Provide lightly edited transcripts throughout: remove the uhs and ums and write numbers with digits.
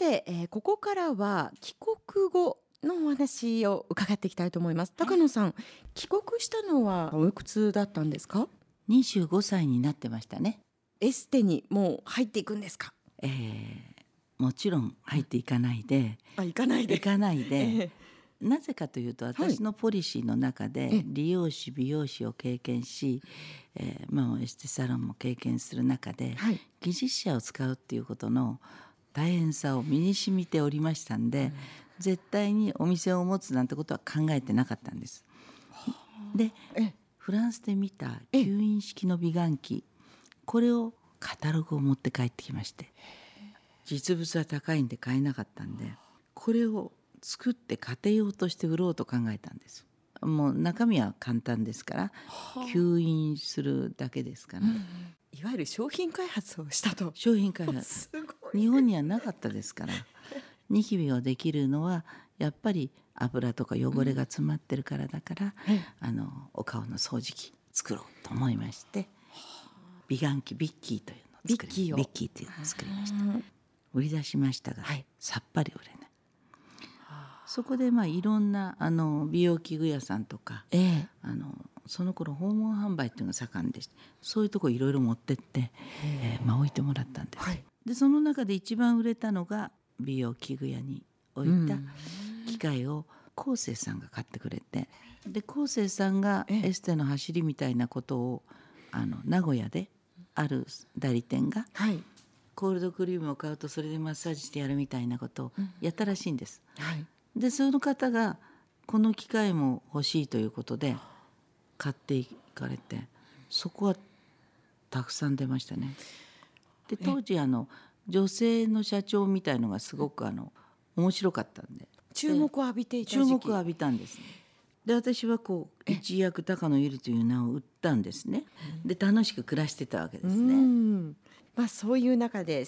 て、ここからは帰国後のお話を伺っていきたいと思います。高野さん、帰国したのはおいくつだったんですか 25歳になってましたね。 エステにもう入っていくんですか？ もちろん入っていかないで、 行かないで。 なぜかというと私のポリシーの中で理容師美容師を経験し、エステサロンも経験する中で、技術者を使うっていうことの大変さを身に染みておりましたんで、絶対にお店を持つなんてことは考えてなかったんです。で、フランスで見た吸引式の美顔器、これをカタログを持って帰ってきまして、実物は高いんで買えなかったんで、これを作って家庭用として売ろうと考えたんです。もう中身は簡単ですから、吸引するだけですから、 いわゆる商品開発をしたと。 商品開発、 すごい。 日本にはなかったですから、ニキビができるのはやっぱり油とか汚れが詰まってるからだから、お顔の掃除機作ろうと思いまして、美顔器ビッキーというのを作りビッキーというのを作りました。売り出しましたが、さっぱり売れない。そこでいろんな美容器具屋さんとか、その頃訪問販売っていうのが盛んでして、そういうとこいろいろ持ってって、置いてもらったんです。でその中で一番売れたのが美容器具屋に置いた機械を昴生さんが買ってくれて、で昴生さんがエステの走りみたいなことを名古屋である代理店が、コールドクリームを買うとそれでマッサージしてやるみたいなことをやったらしいんです。でその方がこの機械も欲しいということで買っていかれて、そこはたくさん出ましたね。で当時女性の社長みたいのがすごく面白かったんで、 注目を浴びていた時期。 注目を浴びたんです。で私は一躍高野由里という名を売ったんですね。で楽しく暮らしてたわけですね。 そういう中で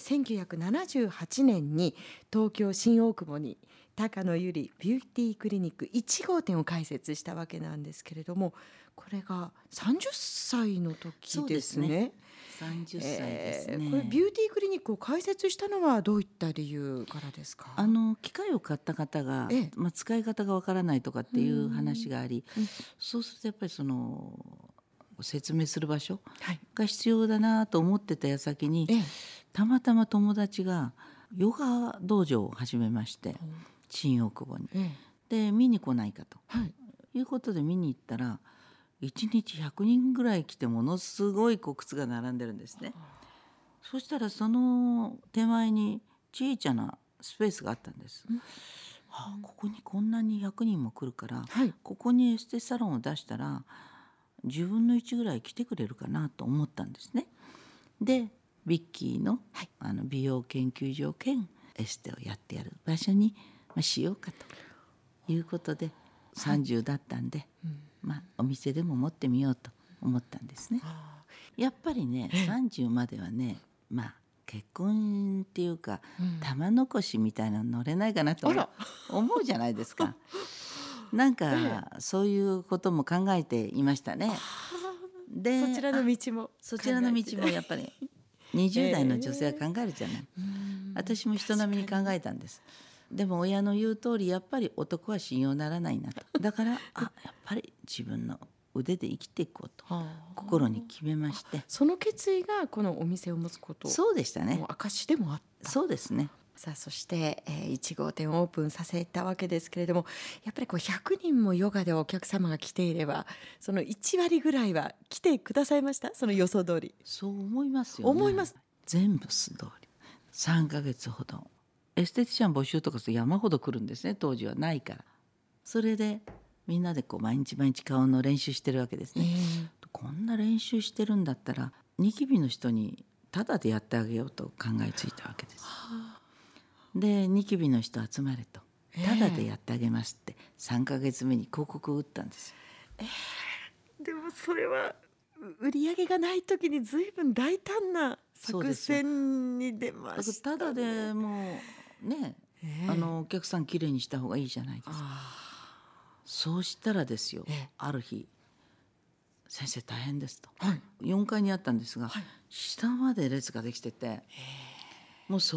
1978年に東京新大久保に高野由里ビューティークリニック1号店を開設したわけなんですけれども、これが30歳の時ですね。 そうですね、30歳ですね。 これビューティークリニックを開設したのはどういった理由からですか？ 機械を買った方が、使い方がわからないとかっていう話があり、そうするとやっぱり説明する場所が必要だなと思ってた矢先に、たまたま友達がヨガ道場を始めまして、新大久保に、で見に来ないかと、いうことで見に行ったら1日100人ぐらい来てものすごい靴が並んでるんですね。そしたらその手前に小さなスペースがあったんです。ここにこんなに100人も来るから、ここにエステサロンを出したら10分の1ぐらい来てくれるかなと思ったんですね。でビッキーの、美容研究所兼エステをやってやる場所に、しようかということで、30だったんで、お店でも持ってみようと思ったんですね。やっぱりね30まではね、結婚っていうか、玉残しみたいなの乗れないかなと思うじゃないですか。なんかそういうことも考えていましたね。でそちらの道もやっぱり20代の女性は考えるじゃない。私も人並みに考えたんです。でも親の言う通りやっぱり男は信用ならないなと。だからやっぱり自分の腕で生きていこうと心に決めまして、 その決意がこのお店を持つことそうでしたね。 もう証でもあった。 そうですね。 さあそして、1号店をオープンさせたわけですけれども、やっぱり100人もヨガでお客様が来ていれば、その1割ぐらいは来てくださいました？その予想通り。 そう思いますよね。 思います。 全部素通り。3ヶ月ほどエステティシャン募集とかすると山ほど来るんですね。当時はないから。それでみんなで毎日顔の練習してるわけですね。こんな練習してるんだったらニキビの人にタダでやってあげようと考えついたわけです。でニキビの人集まれと、タダでやってあげますって3ヶ月目に広告を打ったんです。 でもそれは売り上げがない時に随分大胆な作戦に出ました、ね。 タダでもうね、お客さんきれいにした方がいいじゃないですか。そうしたらですよ、ある日先生大変ですと、4階にあったんですが、下まで列ができてて、もうそっ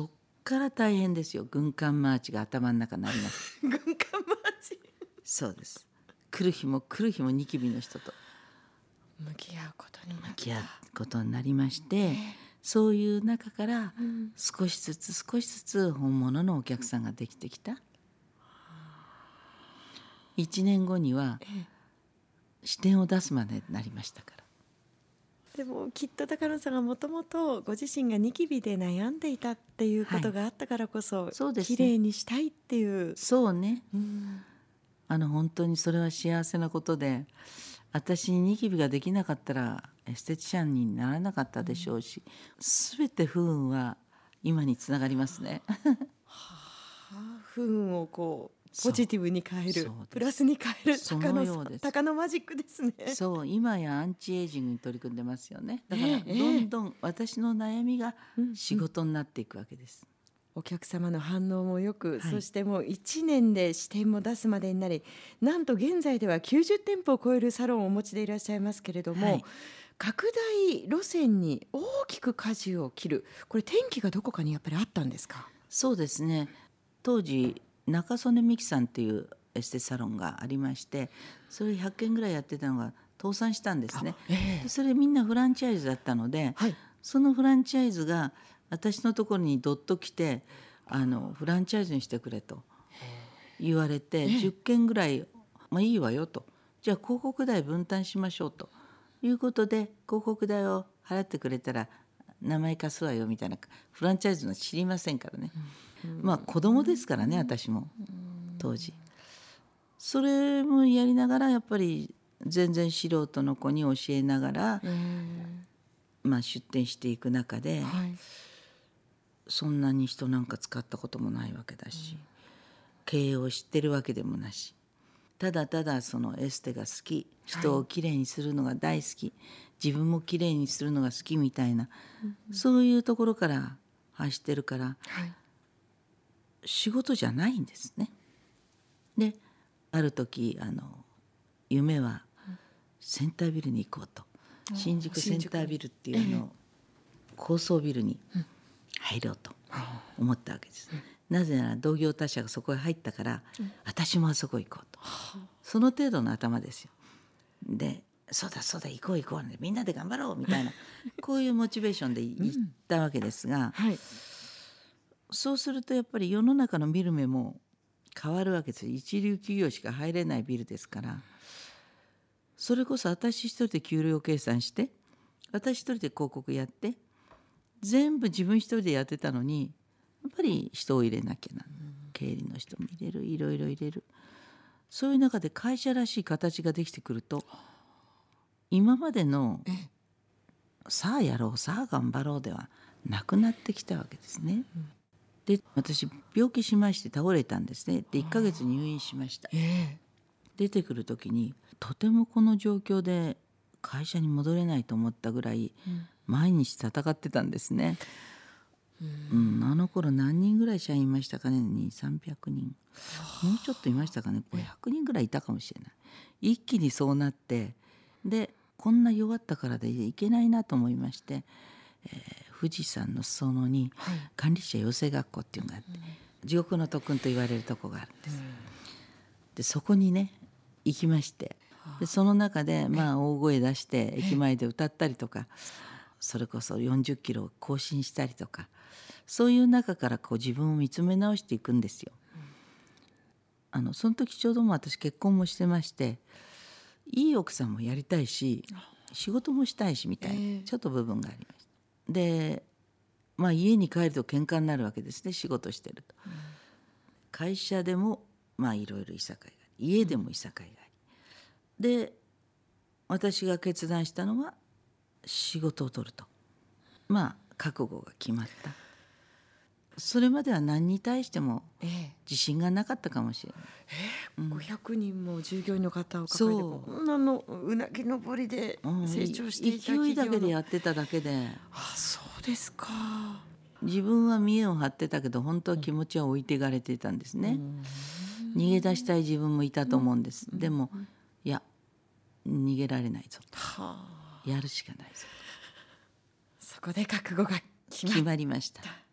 から大変ですよ。軍艦マーチが頭の中になります。 軍艦マーチ。 そうです。来る日も来る日もニキビの人と向き合うことになった。 向き合うことになりまして、そういう中から少しずつ少しずつ本物のお客さんができてきた。1年後には支店を出すまでになりましたから。 でもきっと高野さんがもともとご自身がニキビで悩んでいたっていうことがあったからこそ、 そうですね、 綺麗にしたいっていう。 そうね、本当にそれは幸せなことで、私にニキビができなかったらエステティシャンにならなかったでしょうし、全て不運は今につながりますね。 不運をこうポジティブに変える、プラスに変える高野マジックですね。 そう、今やアンチエイジングに取り組んでますよね。だからどんどん私の悩みが仕事になっていくわけです。 お客様の反応もよく、そしてもう1年で支店も出すまでになり、なんと現在では90店舗を超えるサロンをお持ちでいらっしゃいますけれども、拡大路線に大きく舵を切る、これ転機がどこかにやっぱりあったんですか？ そうですね、当時中曽根美紀さんっていうエステサロンがありまして、それ100件ぐらいやってたのが倒産したんですね。でそれみんなフランチャイズだったので、そのフランチャイズが私のところにどっと来て、フランチャイズにしてくれと言われて、10件ぐらい、いいわよと、じゃあ広告代分担しましょうということで、広告代を払ってくれたら名前貸すわよみたいな。フランチャイズの知りませんからね、子供ですからね、私も当時。それもやりながらやっぱり全然素人の子に教えながら、出店していく中で、そんなに人なんか使ったこともないわけだし、経営を知ってるわけでもなし、ただただそのエステが好き、人をきれいにするのが大好き、自分もきれいにするのが好きみたいな、そういうところから発してるから、仕事じゃないんですね。である時夢はセンタービルに行こうと、新宿センタービルっていう高層ビルに入ろうと思ったわけです。なぜなら同業他社がそこへ入ったから、私もあそこ行こうと、その程度の頭ですよ。でそうだそうだ行こう行こう、みんなで頑張ろうみたいなこういうモチベーションで行ったわけですが、そうするとやっぱり世の中の見る目も変わるわけですよ。一流企業しか入れないビルですから、それこそ私一人で給料計算して、私一人で広告やって、全部自分一人でやってたのに、やっぱり人を入れなきゃな、経理の人も入れる、いろいろ入れる。そういう中で会社らしい形ができてくると、今までのさあやろうさあ頑張ろうではなくなってきたわけですね。で私病気しまして倒れたんですね。で1ヶ月入院しました。出てくる時にとてもこの状況で会社に戻れないと思ったぐらい毎日戦ってたんですね。あの頃何人ぐらい社員いましたかね。200-300人、もうちょっといましたかね。500人ぐらいいたかもしれない。一気にそうなって、でこんな弱ったからでいけないなと思いまして、富士山の裾野に管理者養成学校っていうのがあって、地獄の特訓と言われるとこがあるんです。でそこにね行きまして、でその中で大声出して駅前で歌ったりとか、それこそ40キロを更新したりとか、そういう中から自分を見つめ直していくんですよ。その時ちょうど私結婚もしてまして、いい奥さんもやりたいし仕事もしたいしみたいなちょっと部分がありました。で家に帰ると喧嘩になるわけですね、仕事してると。会社でもいろいろいさかいがあり、家でもいさかいがあり、で私が決断したのは仕事を取ると。覚悟が決まった。それまでは何に対しても自信がなかったかもしれない。 500人も従業員の方を抱えて、こんなのうなぎ登りで成長していた勢いだけでやってただけで。 そうですか。 自分は見栄を張ってたけど本当は気持ちは置いていかれていたんですね。逃げ出したい自分もいたと思うんです。でもいや逃げられないぞ、やるしかないぞ、 そこで覚悟が決まりました。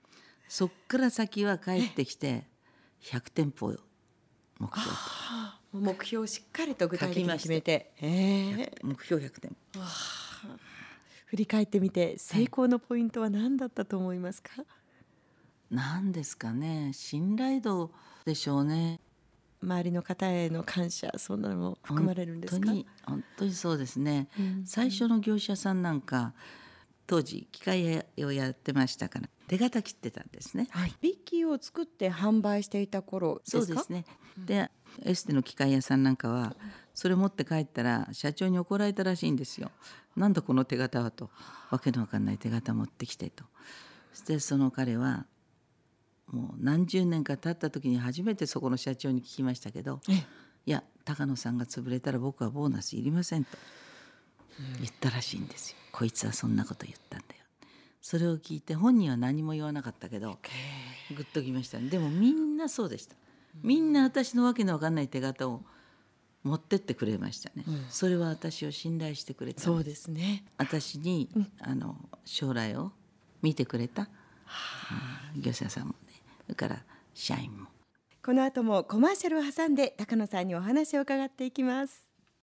そっから先は帰ってきて100店舗を目標と。目標をしっかりと具体的に決めて、 目標100店舗。 振り返ってみて成功のポイントは何だったと思いますか？ 何ですかね、信頼度でしょうね。 周りの方への感謝、そんなのも含まれるんですか？ 本当にそうですね、最初の業者さんなんか当時機械屋をやってましたから手形切ってたんですね。 ビッキーを作って販売していた頃ですか？ そうですね。でエステの機械屋さんなんかはそれ持って帰ったら社長に怒られたらしいんですよ。なんだこの手形はと、わけのわかんない手形持ってきてと。そしてその彼はもう何十年か経った時に初めてそこの社長に聞きましたけど、いや高野さんが潰れたら僕はボーナスいりませんと言ったらしいんですよ。こいつはそんなこと言ったんだよ。それを聞いて本人は何も言わなかったけどグッときましたね。でもみんなそうでした。みんな私のわけのわかんない手形を持ってってくれましたね、それは私を信頼してくれたんです。 そうですね。 私に、将来を見てくれた、業者さんもね、それから社員も。 この後もコマーシャルを挟んで高野さんにお話を伺っていきます。